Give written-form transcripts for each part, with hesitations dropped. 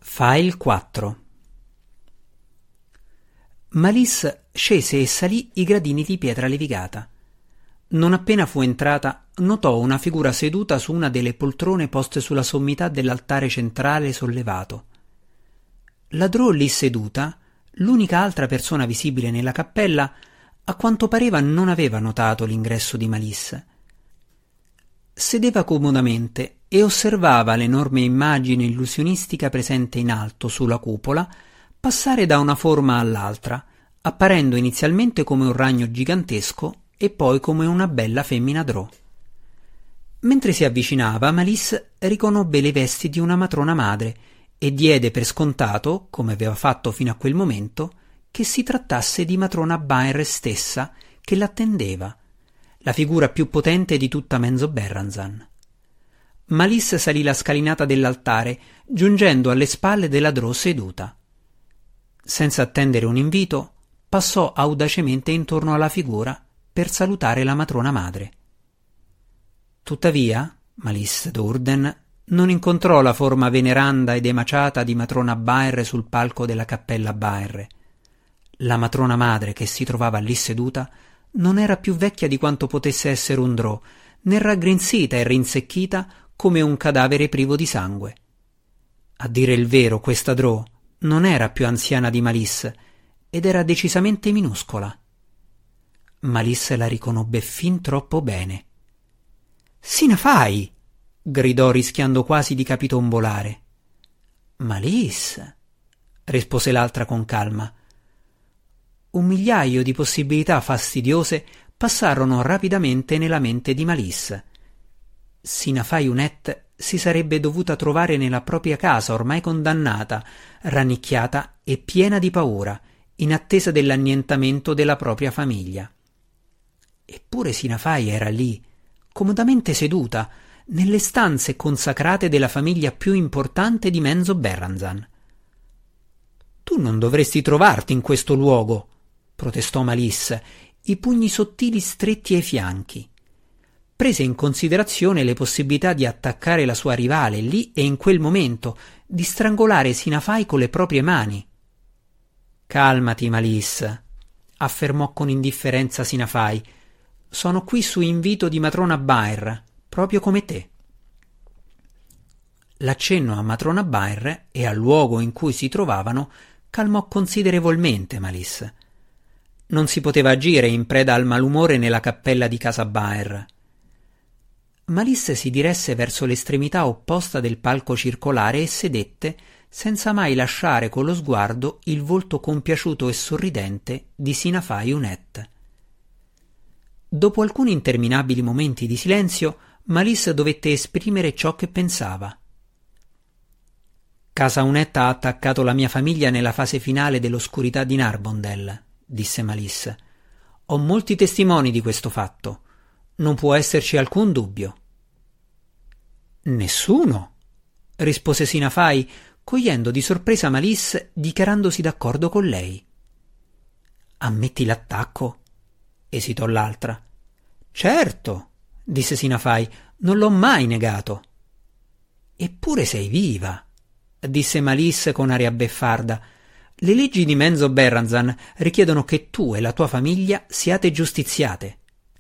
File 4. Malice scese e salì i gradini di pietra levigata. Non appena fu entrata, notò una figura seduta su una delle poltrone poste sulla sommità dell'altare centrale sollevato. La Drò lì seduta, l'unica altra persona visibile nella cappella, a quanto pareva non aveva notato l'ingresso di Malice. Sedeva comodamente e osservava l'enorme immagine illusionistica presente in alto sulla cupola passare da una forma all'altra, apparendo inizialmente come un ragno gigantesco e poi come una bella femmina Drò. Mentre si avvicinava, Malice riconobbe le vesti di una matrona madre e diede per scontato, come aveva fatto fino a quel momento, che si trattasse di matrona Baer stessa che l'attendeva, la figura più potente di tutta Menzoberranzan. Malice salì la scalinata dell'altare, giungendo alle spalle della Drò seduta. Senza attendere un invito, passò audacemente intorno alla figura per salutare la matrona madre. Tuttavia, Malice d'Urden non incontrò la forma veneranda ed emaciata di matrona Baer sul palco della cappella Baer. La matrona madre che si trovava lì seduta non era più vecchia di quanto potesse essere un Drò, né raggrinzita e rinsecchita come un cadavere privo di sangue. A dire il vero, questa Drò non era più anziana di Malice ed era decisamente minuscola. Malice la riconobbe fin troppo bene. «Sinafai!» gridò rischiando quasi di capitombolare. «Malice!» rispose l'altra con calma. Un migliaio di possibilità fastidiose passarono rapidamente nella mente di Malice. Sinafai Unet si sarebbe dovuta trovare nella propria casa ormai condannata, rannicchiata e piena di paura, in attesa dell'annientamento della propria famiglia. Eppure Sinafai era lì, comodamente seduta, nelle stanze consacrate della famiglia più importante di Menzoberranzan. «Tu non dovresti trovarti in questo luogo», protestò Malice, i pugni sottili stretti ai fianchi. Prese in considerazione le possibilità di attaccare la sua rivale lì e in quel momento, di strangolare Sinafai con le proprie mani. «Calmati, Malice», affermò con indifferenza Sinafai. «Sono qui su invito di matrona Baer, proprio come te». L'accenno a matrona Baer e al luogo in cui si trovavano calmò considerevolmente Malice. Non si poteva agire in preda al malumore nella cappella di casa Baer. Malice si diresse verso l'estremità opposta del palco circolare e sedette, senza mai lasciare con lo sguardo il volto compiaciuto e sorridente di Sinafai Unet. Dopo alcuni interminabili momenti di silenzio, Malice dovette esprimere ciò che pensava. «Casa Unet ha attaccato la mia famiglia nella fase finale dell'oscurità di Narbondel», disse Malice. «Ho molti testimoni di questo fatto. Non può esserci alcun dubbio». «Nessuno», rispose Sinafai, cogliendo di sorpresa Malice, dichiarandosi d'accordo con lei. «Ammetti l'attacco?» esitò l'altra. «Certo», disse Sinafai, «non l'ho mai negato». «Eppure sei viva», disse Malice con aria beffarda. «Le leggi di Menzoberranzan richiedono che tu e la tua famiglia siate giustiziate».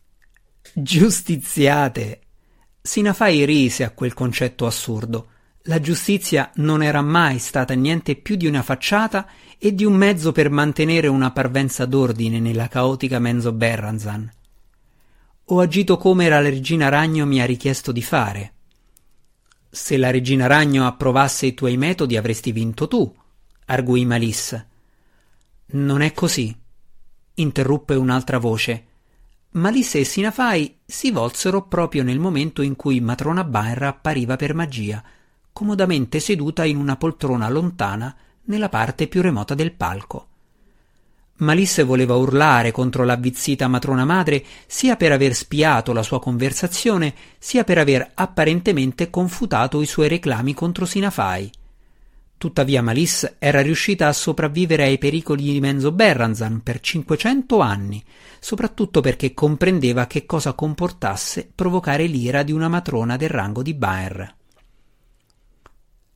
«Giustiziate?» Sinafai rise a quel concetto assurdo. La giustizia non era mai stata niente più di una facciata e di un mezzo per mantenere una parvenza d'ordine nella caotica Menzoberranzan. «Ho agito come la regina Ragno mi ha richiesto di fare». «Se la regina Ragno approvasse i tuoi metodi avresti vinto tu», arguì Malice. «Non è così», interruppe un'altra voce. Malice e Sinafai si volsero proprio nel momento in cui matrona Baer appariva per magia, comodamente seduta in una poltrona lontana nella parte più remota del palco. Malice voleva urlare contro l'avvizzita matrona madre sia per aver spiato la sua conversazione, sia per aver apparentemente confutato i suoi reclami contro Sinafai. Tuttavia Malice era riuscita a sopravvivere ai pericoli di Menzoberranzan per 500 anni, soprattutto perché comprendeva che cosa comportasse provocare l'ira di una matrona del rango di Baer.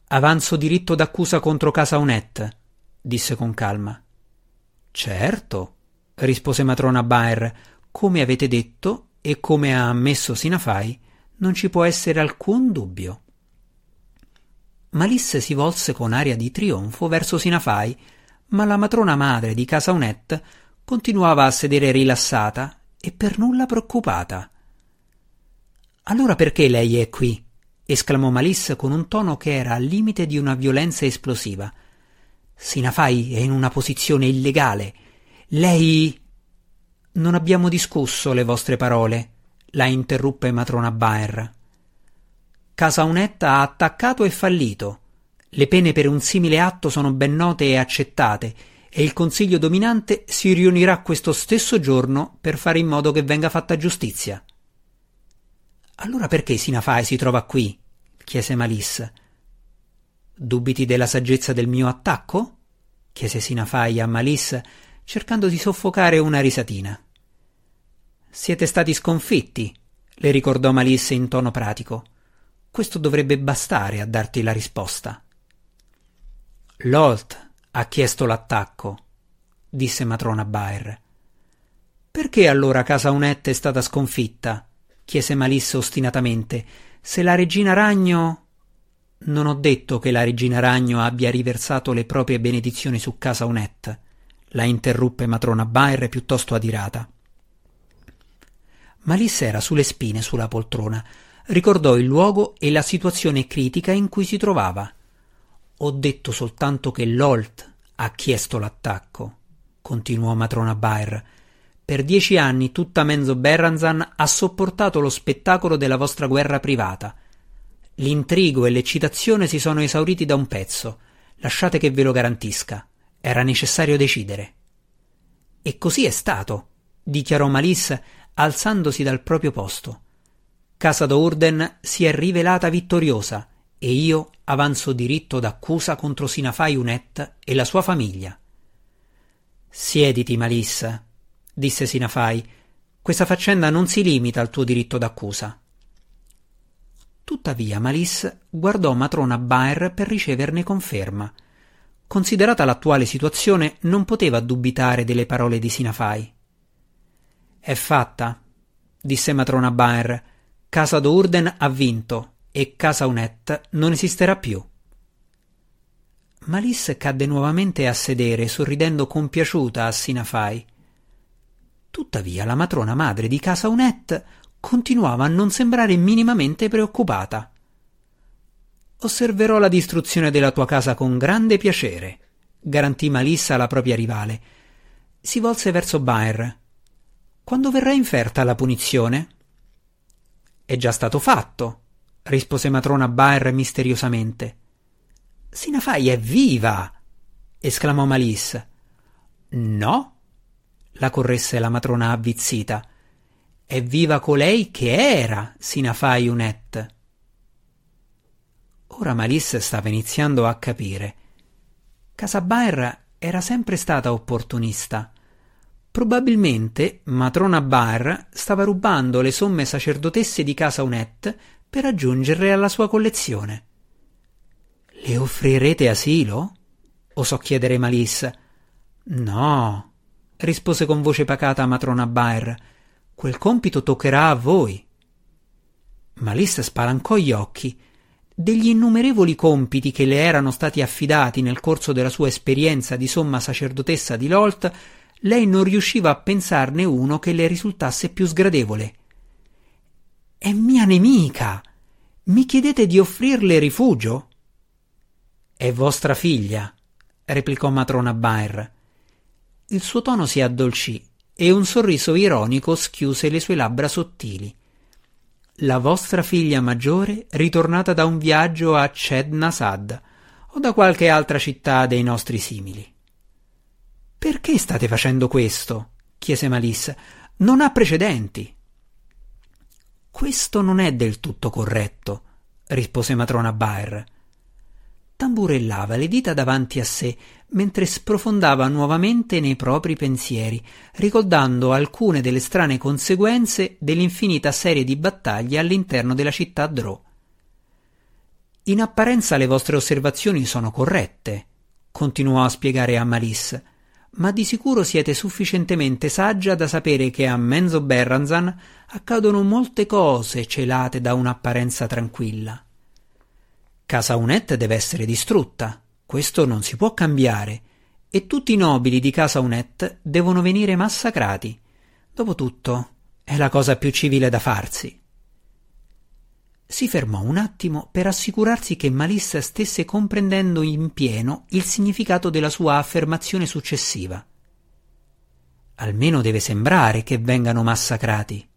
Avanzo diritto d'accusa contro Casa Unet, disse con calma. Certo, rispose matrona Baer, come avete detto e come ha ammesso Sinafai, non ci può essere alcun dubbio. Malice si volse con aria di trionfo verso Sinafai, ma la matrona madre di Casa Unet continuava a sedere rilassata e per nulla preoccupata. Allora perché lei è qui? Esclamò Malice con un tono che era al limite di una violenza esplosiva. Sinafai è in una posizione illegale. Lei... Non abbiamo discusso le vostre parole, la interruppe matrona Baer. Casa Unet ha attaccato e fallito. Le pene per un simile atto sono ben note e accettate, e il Consiglio dominante si riunirà questo stesso giorno per fare in modo che venga fatta giustizia. Allora perché Sinafai si trova qui? Chiese Malice. Dubiti della saggezza del mio attacco? Chiese Sinafai a Malice, cercando di soffocare una risatina. Siete stati sconfitti, le ricordò Malice in tono pratico. Questo dovrebbe bastare a darti la risposta. L'Holt ha chiesto l'attacco, disse matrona Baer. Perché allora Casa Unet è stata sconfitta? Chiese Malice ostinatamente. Se la regina Ragno... Non ho detto che la regina Ragno abbia riversato le proprie benedizioni su Casa Unet, la interruppe matrona Baer piuttosto adirata. Malice era sulle spine sulla poltrona, ricordò il luogo e la situazione critica in cui si trovava. Ho detto soltanto che l'Holt ha chiesto l'attacco, continuò matrona Baer. Per 10 anni tutta Menzo Berranzan ha sopportato lo spettacolo della vostra guerra privata. L'intrigo e l'eccitazione si sono esauriti da un pezzo. Lasciate che ve lo garantisca. Era necessario decidere. E così è stato, dichiarò Malice, alzandosi dal proprio posto. Casa d'Urden si è rivelata vittoriosa e io avanzo diritto d'accusa contro Sinafai Unet e la sua famiglia. Siediti, Malice, disse Sinafai. Questa faccenda non si limita al tuo diritto d'accusa. Tuttavia Malice guardò matrona Baer per riceverne conferma. Considerata l'attuale situazione, non poteva dubitare delle parole di Sinafai. È fatta, disse matrona Baer. Casa d'Urden ha vinto e Casa Unet non esisterà più. Malice cadde nuovamente a sedere, sorridendo compiaciuta a Sinafai. Tuttavia la matrona madre di Casa Unet continuava a non sembrare minimamente preoccupata. Osserverò la distruzione della tua casa con grande piacere, garantì Malice alla propria rivale. Si volse verso Baer. Quando verrà inferta la punizione? È già stato fatto, rispose matrona Baer misteriosamente. Sinafai è viva! Esclamò Malice. No, la corresse la matrona avvizzita. È viva colei che era Sinafai Unet. Ora Malice stava iniziando a capire. Casa Baer era sempre stata opportunista. Probabilmente matrona Baer stava rubando le somme sacerdotesse di Casa Unet per aggiungerle alla sua collezione. Le offrirete asilo? Osò chiedere Malice. No, rispose con voce pacata matrona Baer. Quel compito toccherà a voi. Malice spalancò gli occhi. Degli innumerevoli compiti che le erano stati affidati nel corso della sua esperienza di somma sacerdotessa di L'Holt, lei non riusciva a pensarne uno che le risultasse più sgradevole. È mia nemica. Mi chiedete di offrirle rifugio? È vostra figlia, replicò matrona Baer. Il suo tono si addolcì e un sorriso ironico schiuse le sue labbra sottili. La vostra figlia maggiore ritornata da un viaggio a Ched Nasad o da qualche altra città dei nostri simili. Perché state facendo questo? Chiese Malice. Non ha precedenti. Questo non è del tutto corretto, rispose matrona Baer. Tamburellava le dita davanti a sé mentre sprofondava nuovamente nei propri pensieri, ricordando alcune delle strane conseguenze dell'infinita serie di battaglie all'interno della città Drò. In apparenza le vostre osservazioni sono corrette, continuò a spiegare a Malice, ma di sicuro siete sufficientemente saggia da sapere che a Menzoberranzan accadono molte cose celate da un'apparenza tranquilla. Casa Unet deve essere distrutta, questo non si può cambiare, e tutti i nobili di Casa Unet devono venire massacrati. Dopotutto, è la cosa più civile da farsi. Si fermò un attimo per assicurarsi che Malice stesse comprendendo in pieno il significato della sua affermazione successiva. Almeno deve sembrare che vengano massacrati.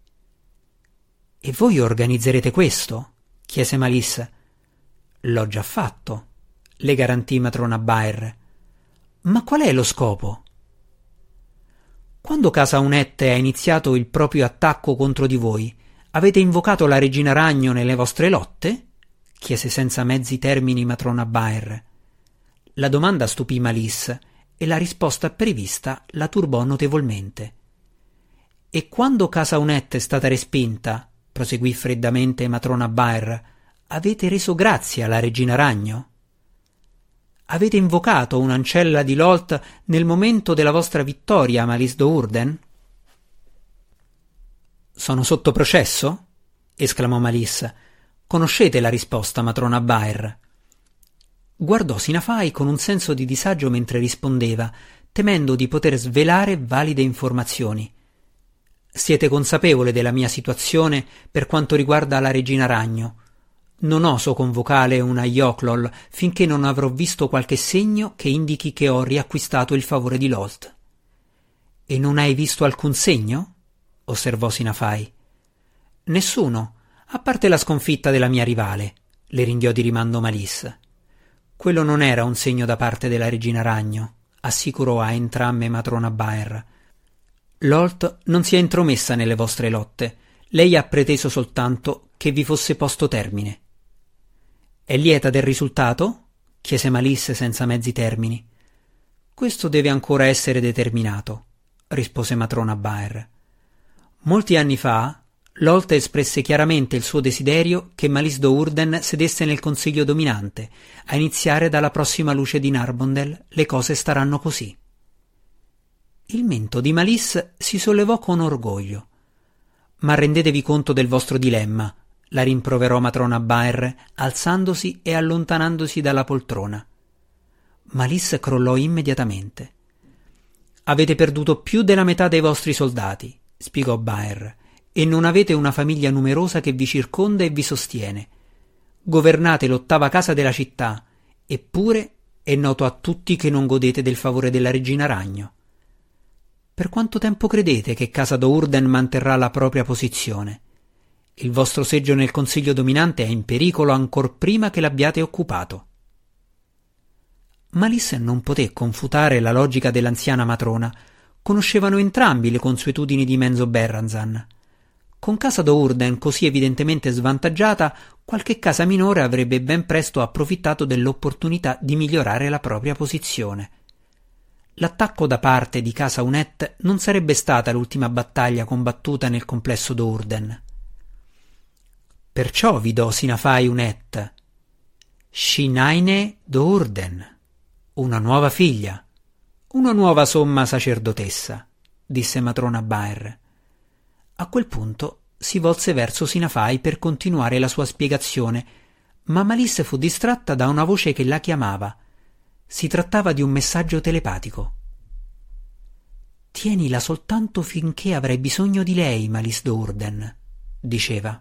E voi organizzerete questo? Chiese Malice. L'ho già fatto, le garantì matrona Baer. Ma qual è lo scopo? Quando Casa Unet ha iniziato il proprio attacco contro di voi, avete invocato la regina ragno nelle vostre lotte? Chiese senza mezzi termini matrona Baer. La domanda stupì Malice e la risposta prevista la turbò notevolmente. E quando Casa Unet è stata respinta, proseguì freddamente matrona Baer, avete reso grazie alla regina ragno? Avete invocato un'ancella di Lolt nel momento della vostra vittoria, Malice Do'Urden? Sono sotto processo? Esclamò Malice. Conoscete la risposta, matrona Baer? Guardò Sinafai con un senso di disagio mentre rispondeva, temendo di poter svelare valide informazioni. Siete consapevole della mia situazione per quanto riguarda la regina ragno. Non oso convocare una Yoclol finché non avrò visto qualche segno che indichi che ho riacquistato il favore di Lolt. E non hai visto alcun segno? Osservò Sinafai. Nessuno, a parte la sconfitta della mia rivale, le ringhiò di rimando Malice. Quello non era un segno da parte della regina ragno, assicurò a entrambe matrona Baer. Lolt non si è intromessa nelle vostre lotte, lei ha preteso soltanto che vi fosse posto termine. È lieta del risultato? Chiese Malice senza mezzi termini. Questo deve ancora essere determinato, rispose matrona Baer. Molti anni fa, Lolt espresse chiaramente il suo desiderio che Malice Do'Urden sedesse nel consiglio dominante. A iniziare dalla prossima luce di Narbondel, le cose staranno così. Il mento di Malice si sollevò con orgoglio. Ma rendetevi conto del vostro dilemma, la rimproverò matrona Baer, alzandosi e allontanandosi dalla poltrona. Malice crollò immediatamente. Avete perduto più della metà dei vostri soldati, spiegò Baer, e non avete una famiglia numerosa che vi circonda e vi sostiene. Governate l'ottava casa della città, eppure è noto a tutti che non godete del favore della regina ragno. Per quanto tempo credete che Casa Do'Urden manterrà la propria posizione? Il vostro seggio nel consiglio dominante è in pericolo ancor prima che l'abbiate occupato. Malice non poté confutare la logica dell'anziana matrona. Conoscevano entrambi le consuetudini di Menzoberranzan. Con Casa Do'Urden così evidentemente svantaggiata, qualche casa minore avrebbe ben presto approfittato dell'opportunità di migliorare la propria posizione. L'attacco da parte di Casa Unet non sarebbe stata l'ultima battaglia combattuta nel complesso Do'Urden. Perciò vi do Sinafai Unet, Shinaine Do'Urden, una nuova figlia, una nuova somma sacerdotessa, disse matrona Baer. A quel punto si volse verso Sinafai per continuare la sua spiegazione, ma Malice fu distratta da una voce che la chiamava. Si trattava di un messaggio telepatico. Tienila soltanto finché avrai bisogno di lei, Malice Do'Urden, diceva.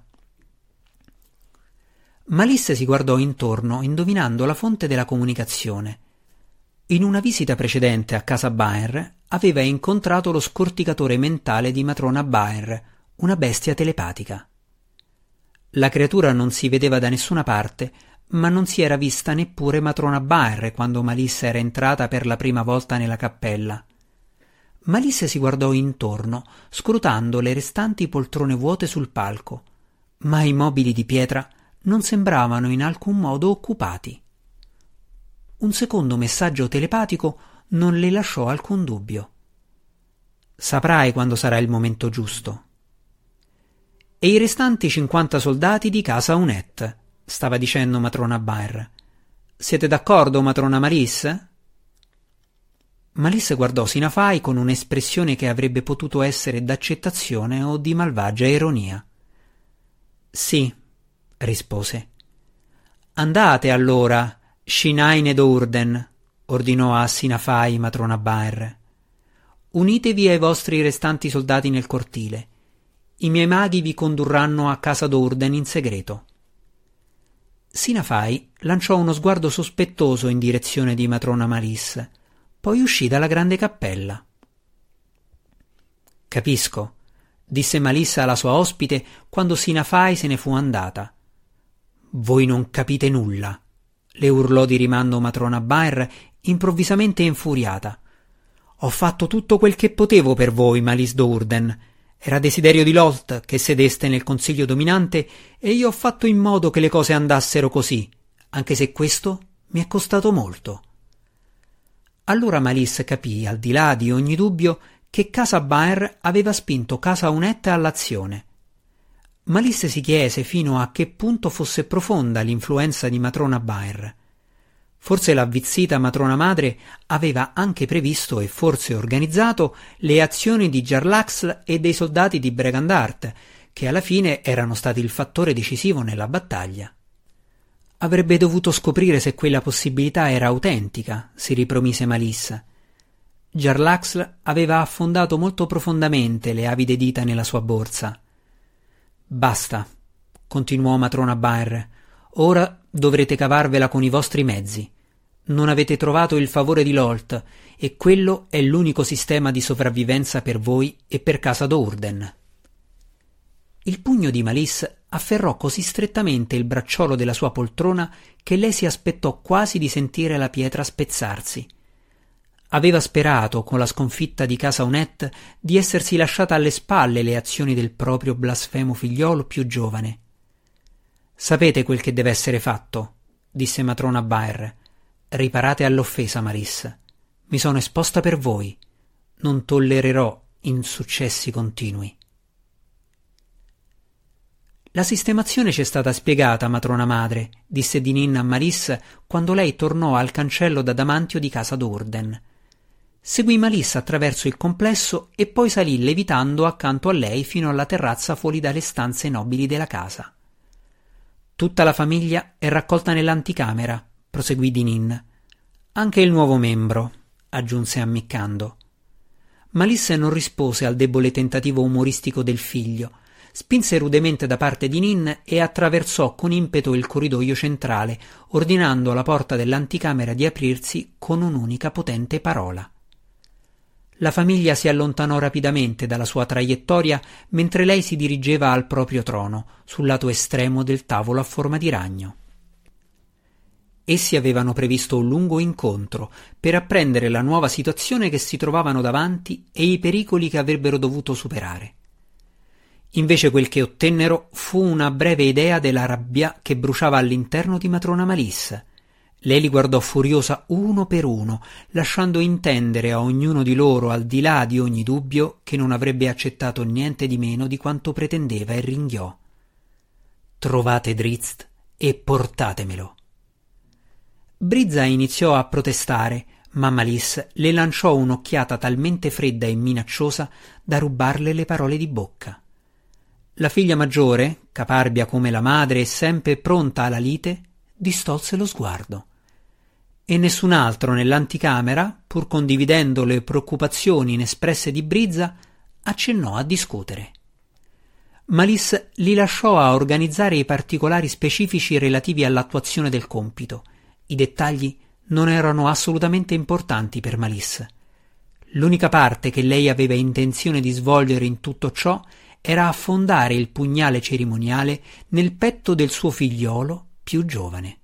Malice si guardò intorno, indovinando la fonte della comunicazione. In una visita precedente a casa Baer aveva incontrato lo scorticatore mentale di matrona Baer, una bestia telepatica. La creatura non si vedeva da nessuna parte, ma non si era vista neppure matrona Baer quando Malice era entrata per la prima volta nella cappella. Malice si guardò intorno, scrutando le restanti poltrone vuote sul palco, ma i mobili di pietra non sembravano in alcun modo occupati. Un secondo messaggio telepatico non le lasciò alcun dubbio. Saprai quando sarà il momento giusto. E i restanti 50 soldati di Casa Unet, stava dicendo matrona Byre. Siete d'accordo, matrona Malice? Malice guardò Sinafai con un'espressione che avrebbe potuto essere d'accettazione o di malvagia ironia. Sì, rispose. Andate allora, Shinain ed Urden, ordinò a Sinafai matrona Byre. Unitevi ai vostri restanti soldati nel cortile. I miei maghi vi condurranno a casa d'Urden in segreto. Sinafai lanciò uno sguardo sospettoso in direzione di matrona Malice, poi uscì dalla grande cappella. Capisco, disse Malice alla sua ospite quando Sinafai se ne fu andata. Voi non capite nulla, le urlò di rimando matrona Byre, improvvisamente infuriata. Ho fatto tutto quel che potevo per voi, Malice d'Urden. Era desiderio di Lot che sedeste nel consiglio dominante e io ho fatto in modo che le cose andassero così, anche se questo mi è costato molto. Allora Malice capì, al di là di ogni dubbio, che casa Byre aveva spinto casa Unette all'azione. Malice si chiese fino a che punto fosse profonda l'influenza di matrona Byre. Forse l'avvizzita matrona madre aveva anche previsto e forse organizzato le azioni di Jarlaxle e dei soldati di Bregandart, che alla fine erano stati il fattore decisivo nella battaglia. Avrebbe dovuto scoprire se quella possibilità era autentica, si ripromise Malice. Jarlaxle aveva affondato molto profondamente le avide dita nella sua borsa. Basta, continuò matrona Byre. Ora dovrete cavarvela con i vostri mezzi. Non avete trovato il favore di Lolt e quello è l'unico sistema di sopravvivenza per voi e per casa d'Urden. Il pugno di Malice afferrò così strettamente il bracciolo della sua poltrona che lei si aspettò quasi di sentire la pietra spezzarsi. Aveva sperato, con la sconfitta di casa Unette, di essersi lasciata alle spalle le azioni del proprio blasfemo figliolo più giovane. Sapete quel che deve essere fatto, disse matrona Byre. Riparate all'offesa, Malice. Mi sono esposta per voi. Non tollererò insuccessi continui. La sistemazione ci è stata spiegata, matrona madre, disse Dinin a Malice quando lei tornò al cancello d'adamantio di casa d'Urden. Seguì Malice attraverso il complesso e poi salì levitando accanto a lei fino alla terrazza fuori dalle stanze nobili della casa. Tutta la famiglia è raccolta nell'anticamera, proseguì Dinin. Anche il nuovo membro, aggiunse ammiccando. Malice non rispose al debole tentativo umoristico del figlio, spinse rudemente da parte di Nin e attraversò con impeto il corridoio centrale, ordinando alla porta dell'anticamera di aprirsi con un'unica potente parola. La famiglia si allontanò rapidamente dalla sua traiettoria mentre lei si dirigeva al proprio trono, sul lato estremo del tavolo a forma di ragno. Essi avevano previsto un lungo incontro per apprendere la nuova situazione che si trovavano davanti e i pericoli che avrebbero dovuto superare. Invece quel che ottennero fu una breve idea della rabbia che bruciava all'interno di matrona Malice. Lei li guardò furiosa uno per uno, lasciando intendere a ognuno di loro, al di là di ogni dubbio, che non avrebbe accettato niente di meno di quanto pretendeva, e ringhiò: «Trovate Drizzt e portatemelo». Brizza iniziò a protestare, ma Malice le lanciò un'occhiata talmente fredda e minacciosa da rubarle le parole di bocca. La figlia maggiore, caparbia come la madre e sempre pronta alla lite, distolse lo sguardo. E nessun altro nell'anticamera, pur condividendo le preoccupazioni inespresse di Brizza, accennò a discutere. Malice li lasciò a organizzare i particolari specifici relativi all'attuazione del compito. I dettagli non erano assolutamente importanti per Malice. L'unica parte che lei aveva intenzione di svolgere in tutto ciò era affondare il pugnale cerimoniale nel petto del suo figliolo più giovane.